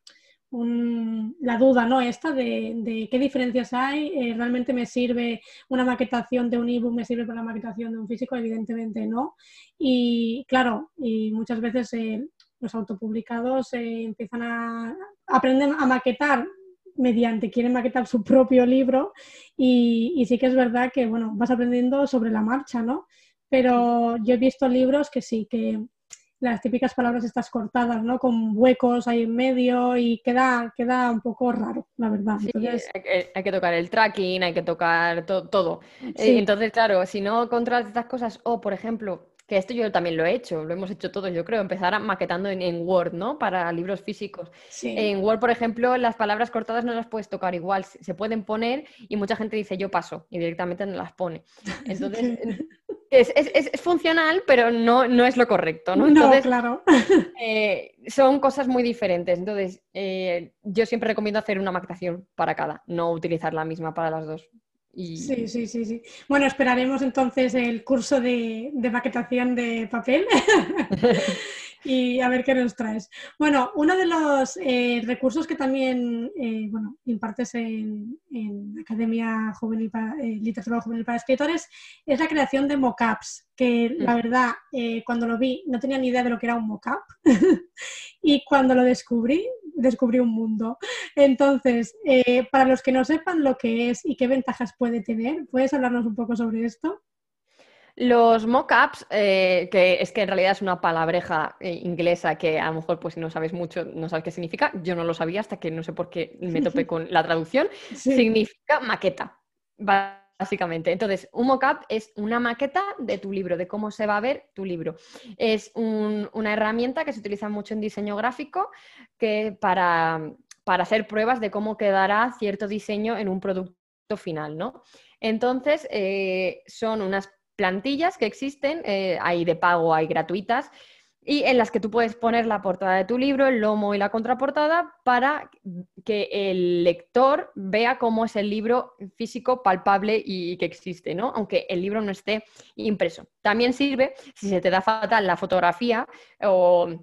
Speaker 1: un, la duda, ¿no? Esta de, de qué diferencias hay, eh, ¿realmente me sirve una maquetación de un ebook, me sirve para la maquetación de un físico? Evidentemente no. Y claro, y muchas veces eh, los autopublicados eh, empiezan a, aprenden a maquetar mediante, quieren maquetar su propio libro y, y sí que es verdad que, bueno, vas aprendiendo sobre la marcha, ¿no? Pero yo he visto libros que sí, que las típicas palabras estas cortadas, ¿no? Con huecos ahí en medio y queda, queda un poco raro, la verdad.
Speaker 2: Sí,
Speaker 1: Entonces,
Speaker 2: hay que, hay que tocar el tracking, hay que tocar to- todo. Eh,
Speaker 1: sí,
Speaker 2: entonces, claro, si no controlas estas cosas, o por ejemplo, que esto yo también lo he hecho, lo hemos hecho todos, yo creo, empezar a maquetando en, en Word, ¿no? Para libros físicos.
Speaker 1: sí.
Speaker 2: En Word, por ejemplo, las palabras cortadas no las puedes tocar igual, se se pueden poner y mucha gente dice yo paso y directamente no las pone. Entonces,
Speaker 1: que...
Speaker 2: es, es- es- es funcional, pero no, no es lo correcto, ¿no?
Speaker 1: No,
Speaker 2: Entonces,
Speaker 1: claro.
Speaker 2: eh, son cosas muy diferentes. Entonces, eh, yo siempre recomiendo hacer una maquetación para cada, no utilizar la misma para las dos.
Speaker 1: Sí,
Speaker 2: Y
Speaker 1: sí, sí, sí. Bueno, esperaremos entonces el curso de, de maquetación de papel y a ver qué nos traes. Bueno, uno de los eh, recursos que también eh, bueno, impartes en, en Academia Juvenil para, eh, Literatura Juvenil para Escritores es la creación de mockups, que la verdad, eh, cuando lo vi no tenía ni idea de lo que era un mockup y cuando lo descubrí, descubrí un mundo. Entonces, eh, para los que no sepan lo que es y qué ventajas puede tener, ¿puedes hablarnos un poco sobre esto?
Speaker 2: los mockups, eh, que es que en realidad es una palabreja eh, inglesa que a lo mejor pues si no sabes mucho no sabes qué significa, yo no lo sabía hasta que no sé por qué me topé con la traducción,
Speaker 1: Sí,
Speaker 2: significa maqueta, básicamente. Entonces, un mockup es una maqueta de tu libro, de cómo se va a ver tu libro. Es un, una herramienta que se utiliza mucho en diseño gráfico que para, para hacer pruebas de cómo quedará cierto diseño en un producto final, ¿no? Entonces, eh, son unas plantillas que existen, eh, hay de pago, hay gratuitas, y en las que tú puedes poner la portada de tu libro, el lomo y la contraportada para que el lector vea cómo es el libro físico, palpable y que existe, ¿no? Aunque el libro no esté impreso. También sirve si se te da fatal la fotografía o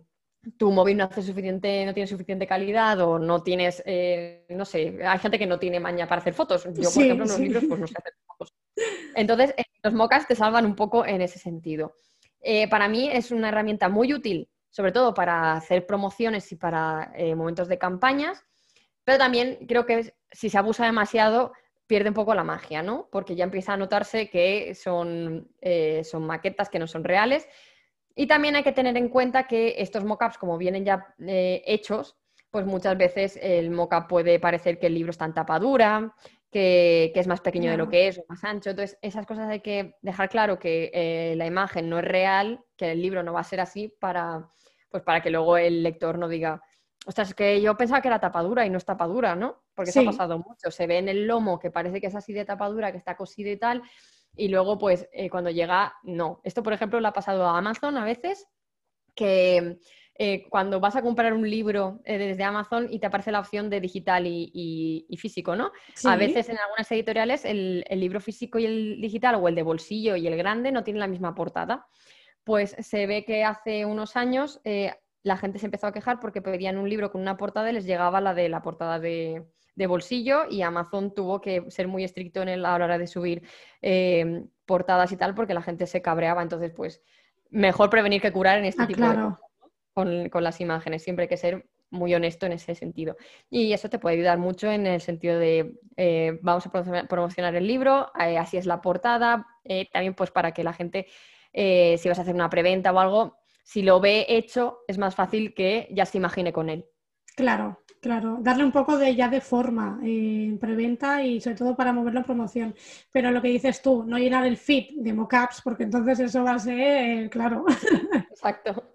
Speaker 2: tu móvil no hace suficiente, no tiene suficiente calidad o no tienes, eh, no sé, hay gente que no tiene maña para hacer fotos. Yo, por
Speaker 1: Sí,
Speaker 2: ejemplo, en los
Speaker 1: sí.
Speaker 2: libros pues no sé hacer fotos. Entonces, eh, los mockups te salvan un poco en ese sentido. Eh, para mí es una herramienta muy útil, sobre todo para hacer promociones y para eh, momentos de campañas, pero también creo que si se abusa demasiado pierde un poco la magia, ¿no? Porque ya empieza a notarse que son, eh, son maquetas que no son reales. Y también hay que tener en cuenta que estos mockups, como vienen ya eh, hechos, pues muchas veces el mockup puede parecer que el libro está en tapa dura, que, que es más pequeño de lo
Speaker 1: Claro.
Speaker 2: que es o más ancho. Entonces, esas cosas hay que dejar claro que eh, la imagen no es real, que el libro no va a ser así para, pues para que luego el lector no diga, ostras, es que yo pensaba que era tapadura y no es tapadura, ¿no? Porque eso ha
Speaker 1: Sí,
Speaker 2: pasado mucho. Se ve en el lomo que parece que es así de tapadura, que está cosido y tal, y luego, pues, eh, cuando llega, no. Esto, por ejemplo, le ha pasado a Amazon a veces, que eh, cuando vas a comprar un libro eh, desde Amazon y te aparece la opción de digital y, y- y físico, ¿no? A
Speaker 1: sí.
Speaker 2: veces en algunas editoriales el, el libro físico y el digital o el de bolsillo y el grande no tienen la misma portada. Pues se ve que hace unos años eh, la gente se empezó a quejar porque pedían un libro con una portada y les llegaba la de la portada de, de bolsillo, y Amazon tuvo que ser muy estricto en el, a la hora de subir eh, portadas y tal, porque la gente se cabreaba. Entonces, pues mejor prevenir que curar en este
Speaker 1: Ah,
Speaker 2: tipo de
Speaker 1: claro.
Speaker 2: cosas, ¿no? con, con las imágenes. Siempre hay que ser muy honesto en ese sentido. Y eso te puede ayudar mucho en el sentido de eh, vamos a promocionar promocionar el libro, eh, así es la portada, eh, también pues para que la gente, eh, si vas a hacer una preventa o algo, si lo ve hecho, es más fácil que ya se imagine con él.
Speaker 1: Claro, claro. Darle un poco de ya de forma eh, en preventa y sobre todo para moverlo en promoción. Pero lo que dices tú, no llenar el feed de mockups, porque entonces eso va a ser, eh, claro.
Speaker 2: Exacto.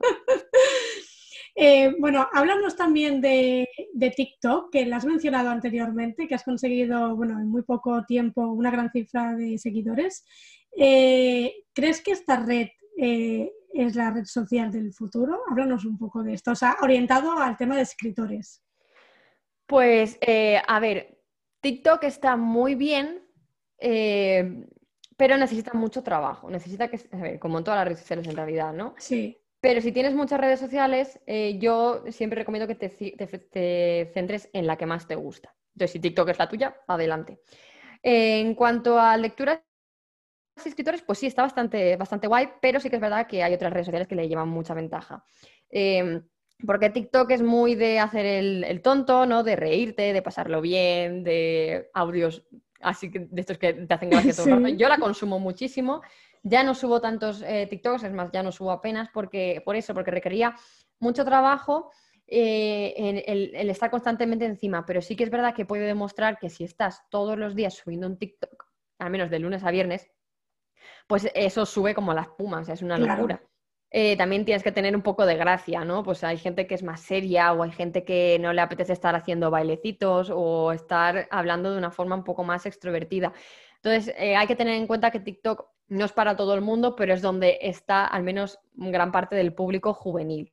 Speaker 1: Eh, bueno, háblanos también de, de TikTok, que lo has mencionado anteriormente, que has conseguido, bueno, en muy poco tiempo una gran cifra de seguidores. Eh, ¿crees que esta red eh, es la red social del futuro? Háblanos un poco de esto, o sea, orientado al tema de escritores.
Speaker 2: Pues, eh, a ver, TikTok está muy bien, eh, pero necesita mucho trabajo. Necesita que, a ver, como en todas las redes sociales en realidad, ¿no?
Speaker 1: Sí,
Speaker 2: Pero si tienes muchas redes sociales, eh, yo siempre recomiendo que te, ci- te- te centres en la que más te gusta. Entonces, si TikTok es la tuya, adelante. Eh, en cuanto a lecturas y escritores, pues sí, está bastante, bastante guay, pero sí que es verdad que hay otras redes sociales que le llevan mucha ventaja. Eh, porque TikTok es muy de hacer el, el tonto, ¿no? De reírte, de pasarlo bien, de audios así que de estos que te hacen gracia todo el rato.
Speaker 1: sí,
Speaker 2: Yo la consumo muchísimo. Ya no subo tantos eh, TikToks, es más, ya no subo apenas porque, por eso, porque requería mucho trabajo eh, en el, el estar constantemente encima. Pero sí que es verdad que puede demostrar que si estás todos los días subiendo un TikTok, al menos de lunes a viernes, pues eso sube como la espuma, o sea, es una
Speaker 1: claro.
Speaker 2: locura. Eh, también tienes que tener un poco de gracia, ¿no? Pues hay gente que es más seria o hay gente que no le apetece estar haciendo bailecitos o estar hablando de una forma un poco más extrovertida. Entonces, eh, hay que tener en cuenta que TikTok no es para todo el mundo, pero es donde está al menos gran parte del público juvenil.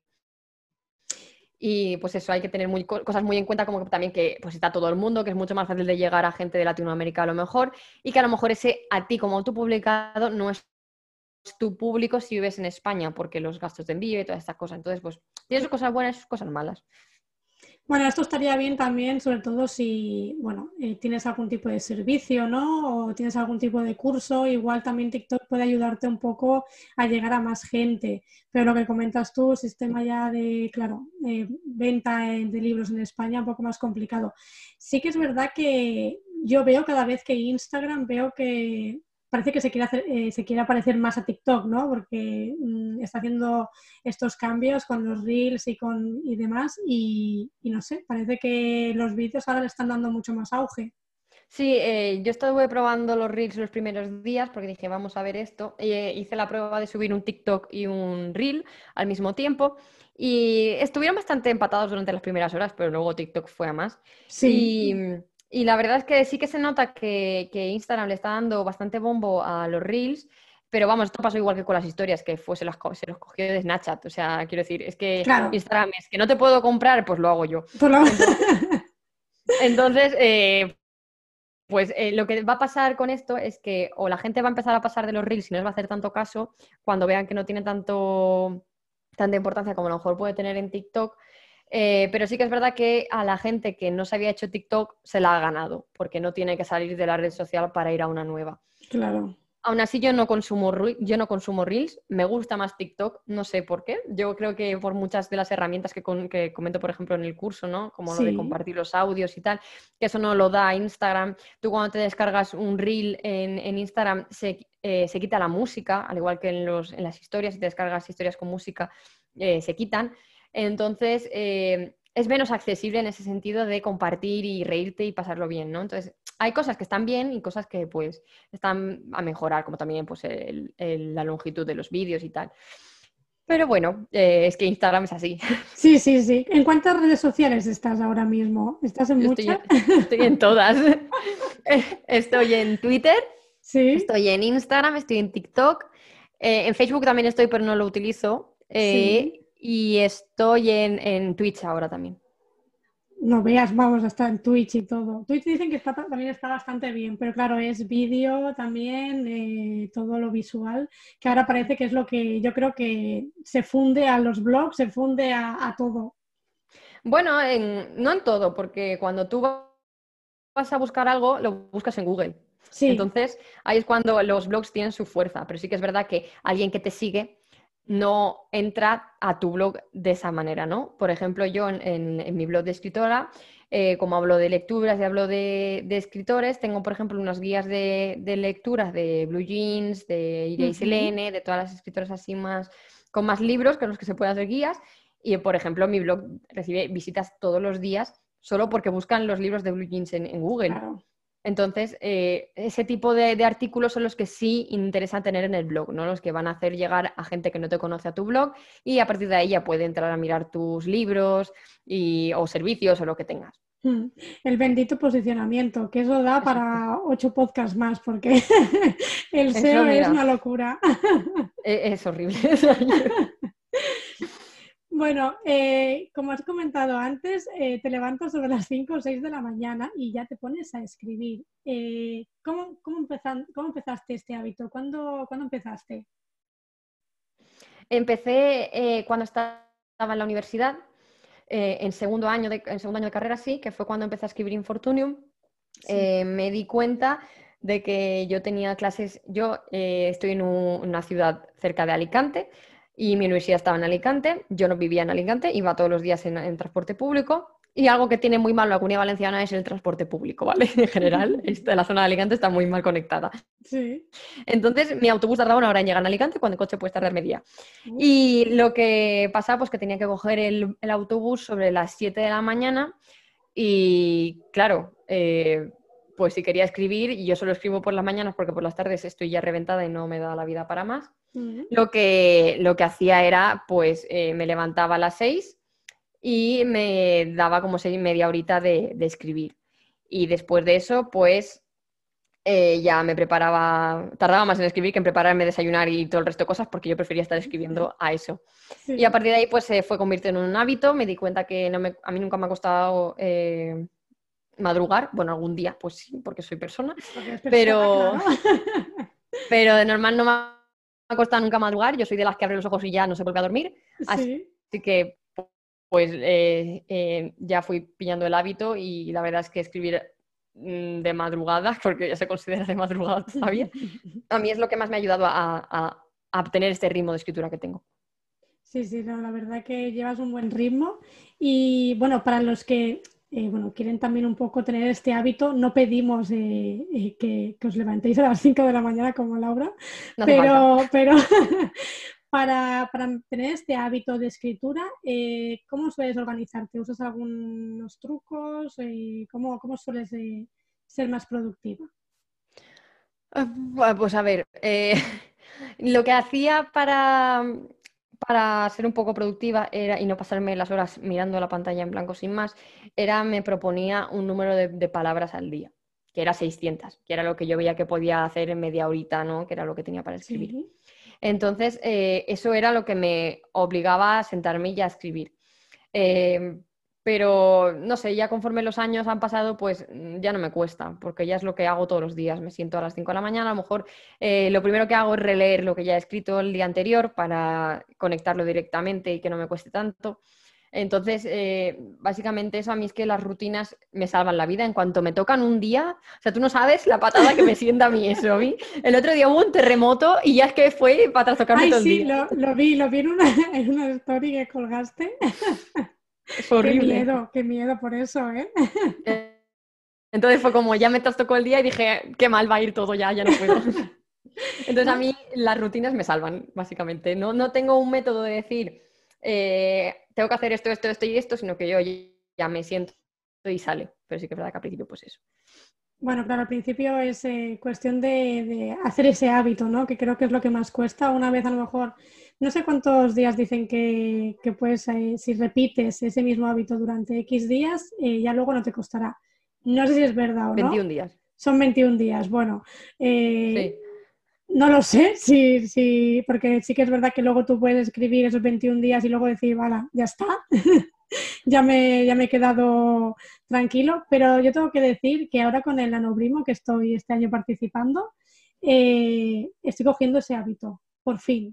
Speaker 2: Y pues eso, hay que tener muy, cosas muy en cuenta, como que también que pues está todo el mundo, que es mucho más fácil de llegar a gente de Latinoamérica a lo mejor, y que a lo mejor ese a ti como autopublicado no es tu público si vives en España, porque los gastos de envío y todas estas cosas. Entonces, pues tiene sus cosas buenas y sus cosas malas.
Speaker 1: Bueno, esto estaría bien también, sobre todo si, bueno, eh, tienes algún tipo de servicio, ¿no? O tienes algún tipo de curso, igual también TikTok puede ayudarte un poco a llegar a más gente. Pero lo que comentas tú, sistema ya de, claro, eh, venta de libros en España, un poco más complicado. Sí que es verdad que yo veo cada vez que Instagram, veo que parece que se quiere, hacer, eh, se quiere parecer más a TikTok, ¿no? Porque mm, está haciendo estos cambios con los reels y, con, y demás y, y no sé, parece que los vídeos ahora le están dando mucho más auge.
Speaker 2: Sí, eh, yo estuve probando los Reels los primeros días porque dije, vamos a ver esto. Eh, hice la prueba de subir un TikTok y un Reel al mismo tiempo y estuvieron bastante empatados durante las primeras horas, pero luego TikTok fue a más.
Speaker 1: Sí,
Speaker 2: Y, y la verdad es que sí que se nota que, que Instagram le está dando bastante bombo a los Reels, pero vamos, esto pasó igual que con las historias, que fue, se, las, co- se los cogió de Snapchat. O sea, quiero decir, es que
Speaker 1: claro.
Speaker 2: Instagram es que no te puedo comprar, pues lo hago yo.
Speaker 1: Por lo...
Speaker 2: Entonces, entonces eh, pues eh, lo que va a pasar con esto es que o la gente va a empezar a pasar de los reels y no les va a hacer tanto caso cuando vean que no tiene tanto, tanta importancia como a lo mejor puede tener en TikTok. Eh, pero sí que es verdad que a la gente que no se había hecho TikTok se la ha ganado, porque no tiene que salir de la red social para ir a una nueva.
Speaker 1: Claro.
Speaker 2: Aún así yo no consumo, yo no consumo Reels, me gusta más TikTok, no sé por qué. Yo creo que por muchas de las herramientas que, con, que comento, por ejemplo, en el curso, ¿no? Como lo de
Speaker 1: Sí.
Speaker 2: compartir los audios y tal, que eso no lo da Instagram. Tú cuando te descargas un Reel en, en Instagram se, eh, se quita la música, al igual que en, los, en las historias, si te descargas historias con música, eh, se quitan. Entonces, eh, es menos accesible en ese sentido de compartir y reírte y pasarlo bien, ¿no? Entonces, hay cosas que están bien y cosas que, pues, están a mejorar, como también, pues, el, el, la longitud de los vídeos y tal. Pero bueno, eh, es que Instagram es así.
Speaker 1: Sí, sí, sí. ¿En cuántas redes sociales estás ahora mismo? ¿Estás en
Speaker 2: Yo
Speaker 1: muchas?
Speaker 2: estoy, estoy en todas. Estoy en Twitter,
Speaker 1: Sí.
Speaker 2: estoy en Instagram, estoy en TikTok. Eh, en Facebook también estoy, pero no lo utilizo. Eh,
Speaker 1: Sí.
Speaker 2: y estoy en, en Twitch ahora también.
Speaker 1: No veas, vamos, hasta en Twitch y todo. Twitch dicen que está, también está bastante bien, pero claro, es vídeo también, eh, todo lo visual, que ahora parece que es lo que yo creo que se funde a los blogs, se funde a, a todo.
Speaker 2: Bueno, en, no en todo, porque cuando tú vas a buscar algo, lo buscas en Google.
Speaker 1: Sí.
Speaker 2: Entonces, ahí es cuando los blogs tienen su fuerza, pero sí que es verdad que alguien que te sigue no entra a tu blog de esa manera, ¿no? Por ejemplo, yo en, en, en mi blog de escritora, eh, como hablo de lecturas y hablo de, de escritores, tengo, por ejemplo, unas guías de, de lecturas de Blue Jeans, de Iria y Selene, uh-huh. de todas las escritoras así más, con más libros con los que se pueden hacer guías. Y, por ejemplo, mi blog recibe visitas todos los días solo porque buscan los libros de Blue Jeans en, en Google.
Speaker 1: Claro.
Speaker 2: Entonces, eh, ese tipo de, de artículos son los que sí interesa tener en el blog, ¿no? Los que van a hacer llegar a gente que no te conoce a tu blog y a partir de ahí ya puede entrar a mirar tus libros y, o servicios o lo que tengas.
Speaker 1: El bendito posicionamiento, que eso da Exacto. Para ocho podcasts más, porque el S E O eso, es una locura.
Speaker 2: Es, es horrible.
Speaker 1: Bueno, eh, como has comentado antes, eh, te levantas sobre las cinco o seis de la mañana y ya te pones a escribir. Eh, ¿cómo, cómo, empezan, ¿Cómo empezaste este hábito? ¿Cuándo, ¿cuándo empezaste?
Speaker 2: Empecé eh, cuando estaba en la universidad, eh, en, segundo año de, en segundo año de carrera, sí, que fue cuando empecé a escribir Infortunium. Sí. Eh, me di cuenta de que yo tenía clases, yo eh, estoy en un, una ciudad cerca de Alicante, y mi universidad estaba en Alicante, yo no vivía en Alicante, iba todos los días en, en transporte público, y algo que tiene muy mal la Comunidad Valenciana es el transporte público, ¿vale? En general, esta, la zona de Alicante está muy mal conectada.
Speaker 1: Sí.
Speaker 2: Entonces, mi autobús tardaba una hora en llegar a Alicante, cuando el coche puede tardar media. Uh. Y lo que pasaba, pues que tenía que coger el, el autobús sobre las siete de la mañana, y claro, eh, pues si quería escribir, y yo solo escribo por las mañanas porque por las tardes estoy ya reventada y no me da la vida para más, uh-huh. lo, que, lo que hacía era, pues eh, me levantaba a las seis y me daba como seis, media horita de, de escribir. Y después de eso, pues eh, ya me preparaba, tardaba más en escribir que en prepararme, desayunar y todo el resto de cosas, porque yo prefería estar escribiendo a eso. Sí. Y a partir de ahí, pues se fue convirtiendo en un hábito. Me di cuenta que no me, a mí nunca me ha costado... Eh, madrugar, bueno, algún día, pues sí, porque soy persona, porque persona pero, claro. Pero de normal no me ha costado nunca madrugar, yo soy de las que abre los ojos y ya no se vuelve a dormir, así sí. que pues eh, eh, ya fui pillando el hábito y la verdad es que escribir mm, de madrugada, porque ya se considera de madrugada todavía, a mí es lo que más me ha ayudado a, a, a obtener este ritmo de escritura que tengo.
Speaker 1: Sí, sí, no, la verdad que llevas un buen ritmo y bueno, para los que Eh, bueno, quieren también un poco tener este hábito, no pedimos eh, eh, que, que os levantéis a las cinco de la mañana como Laura, no pero, pero para, para tener este hábito de escritura, eh, ¿cómo sueles organizarte? ¿Usas algunos trucos? Eh, ¿cómo, ¿Cómo sueles eh, ser más productiva?
Speaker 2: Uh, pues a ver, eh, lo que hacía para... para ser un poco productiva era, y no pasarme las horas mirando la pantalla en blanco sin más, era me proponía un número de, de palabras al día, que era seiscientas, que era lo que yo veía que podía hacer en media horita, ¿no? Que era lo que tenía para escribir. Sí. Entonces, eh, eso era lo que me obligaba a sentarme y a escribir. Eh, Pero, no sé, ya conforme los años han pasado, pues ya no me cuesta, porque ya es lo que hago todos los días. Me siento a las cinco de la mañana, a lo mejor eh, lo primero que hago es releer lo que ya he escrito el día anterior para conectarlo directamente y que no me cueste tanto. Entonces, eh, básicamente eso a mí es que las rutinas me salvan la vida. En cuanto me tocan un día, o sea, tú no sabes la patada que me sienta a mí eso. ¿A mí? El otro día hubo un terremoto y ya es que fue para trastocarme
Speaker 1: Ay,
Speaker 2: todo el
Speaker 1: sí,
Speaker 2: día.
Speaker 1: lo, lo vi, lo vi en una, en una story que colgaste.
Speaker 2: Fue
Speaker 1: Qué
Speaker 2: horrible.
Speaker 1: miedo, qué miedo por eso, ¿eh?
Speaker 2: Entonces fue como, ya me trastocó el día y dije, qué mal va a ir todo ya, ya no puedo. Entonces a
Speaker 1: No,
Speaker 2: mí las rutinas me salvan, básicamente. No, no tengo un método de decir, eh, tengo que hacer esto, esto, esto y esto, sino que yo ya me siento y sale. Pero sí que es verdad que al principio pues eso.
Speaker 1: bueno, claro, al principio es eh, cuestión de, de hacer ese hábito, ¿no? Que creo que es lo que más cuesta. Una vez a lo mejor, no sé cuántos días dicen que, que pues, eh, si repites ese mismo hábito durante X días, eh, ya luego no te costará. No sé si es verdad o no.
Speaker 2: veintiún días.
Speaker 1: Son veintiún días. Bueno, eh,
Speaker 2: Sí.
Speaker 1: no lo sé, sí, sí, porque sí que es verdad que luego tú puedes escribir esos veintiún días y luego decir, vale, ya está. ya, me, ya me he quedado tranquilo, pero yo tengo que decir que ahora con el Nanobrimo, que estoy este año participando, eh, estoy cogiendo ese hábito, por fin.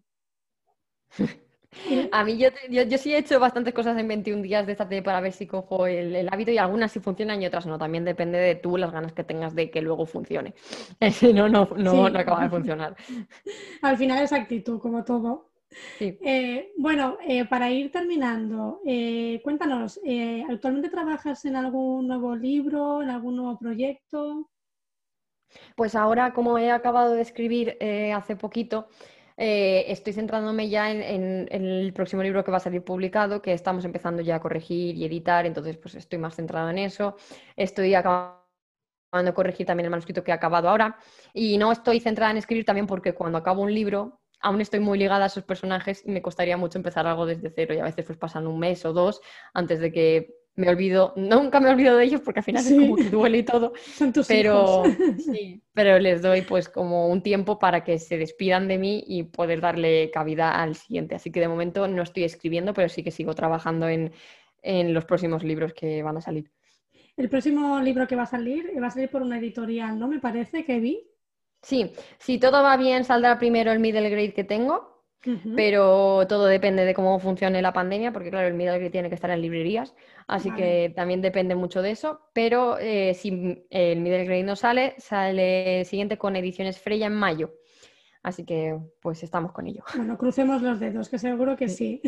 Speaker 1: Y,
Speaker 2: A mí yo, yo, yo sí he hecho bastantes cosas en veintiún días de estas de para ver si cojo el, el hábito y algunas sí funcionan y otras no. También depende de tú las ganas que tengas de que luego funcione. Si no, no, no, no
Speaker 1: sí,
Speaker 2: acaba de funcionar.
Speaker 1: al final es actitud, como todo.
Speaker 2: Sí.
Speaker 1: Eh, bueno, eh, para ir terminando, eh, cuéntanos, eh, ¿actualmente trabajas en algún nuevo libro, en algún nuevo proyecto?
Speaker 2: Pues ahora, como he acabado de escribir eh, hace poquito, eh, estoy centrándome ya en, en- en el próximo libro que va a salir publicado, que estamos empezando ya a corregir y editar, entonces pues estoy más centrada en eso. Estoy acabando de corregir también el manuscrito que he acabado ahora y no estoy centrada en escribir también porque cuando acabo un libro aún estoy muy ligada a esos personajes y me costaría mucho empezar algo desde cero y a veces pues pasan un mes o dos antes de que me olvido, nunca me olvido de ellos porque al final es
Speaker 1: Sí,
Speaker 2: como que duele y todo,
Speaker 1: son tus hijos.
Speaker 2: pero sí, pero les doy pues como un tiempo para que se despidan de mí y poder darle cabida al siguiente. Así que de momento no estoy escribiendo, pero sí que sigo trabajando en, en los próximos libros que van a salir.
Speaker 1: El próximo libro que va a salir, va a salir por una editorial, ¿no? Me parece que vi.
Speaker 2: Sí, si todo va bien, saldrá primero el middle grade que tengo,
Speaker 1: Ujú.
Speaker 2: pero todo depende de cómo funcione la pandemia, porque claro, el middle grade tiene que estar en librerías, así
Speaker 1: Vale.
Speaker 2: que también depende mucho de eso, pero eh, si el middle grade no sale, sale el siguiente con Ediciones Freya en mayo, así que pues estamos con ello.
Speaker 1: Bueno, crucemos los dedos, que seguro que
Speaker 2: Sí.
Speaker 1: sí.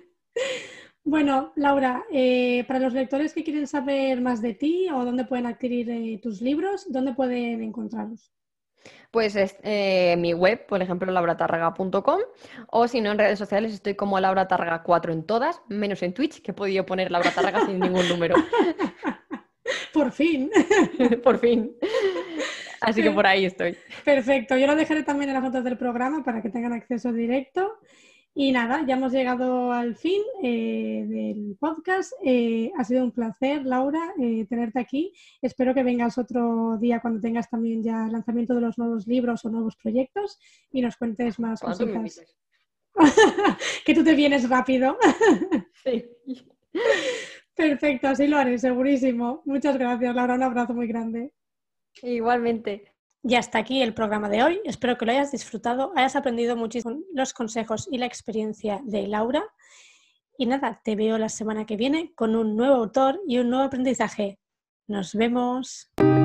Speaker 1: Bueno, Laura, eh, para los lectores que quieren saber más de ti o dónde pueden adquirir eh, tus libros, ¿dónde pueden encontrarlos?
Speaker 2: Pues es, eh, mi web, por ejemplo, lauratárraga punto com, o si no, en redes sociales estoy como Laura Tárraga cuatro en todas, menos en Twitch, que he podido poner Laura Tárraga sin ningún número.
Speaker 1: Por fin.
Speaker 2: Por fin. Así que por ahí estoy.
Speaker 1: Perfecto, yo lo dejaré también en las notas del programa para que tengan acceso directo. Y nada, ya hemos llegado al fin eh, del podcast. Eh, ha sido un placer, Laura, eh, tenerte aquí. Espero que vengas otro día cuando tengas también ya el lanzamiento de los nuevos libros o nuevos proyectos y nos cuentes más
Speaker 2: Cuando tú me
Speaker 1: cositas.
Speaker 2: invites.
Speaker 1: Que tú te vienes rápido.
Speaker 2: Sí.
Speaker 1: Perfecto, así lo haré, segurísimo. Muchas gracias, Laura. Un abrazo muy grande.
Speaker 2: Igualmente.
Speaker 1: Y hasta aquí el programa de hoy. Espero que lo hayas disfrutado, hayas aprendido muchísimo los consejos y la experiencia de Laura. Y nada, te veo la semana que viene con un nuevo autor y un nuevo aprendizaje. Nos vemos.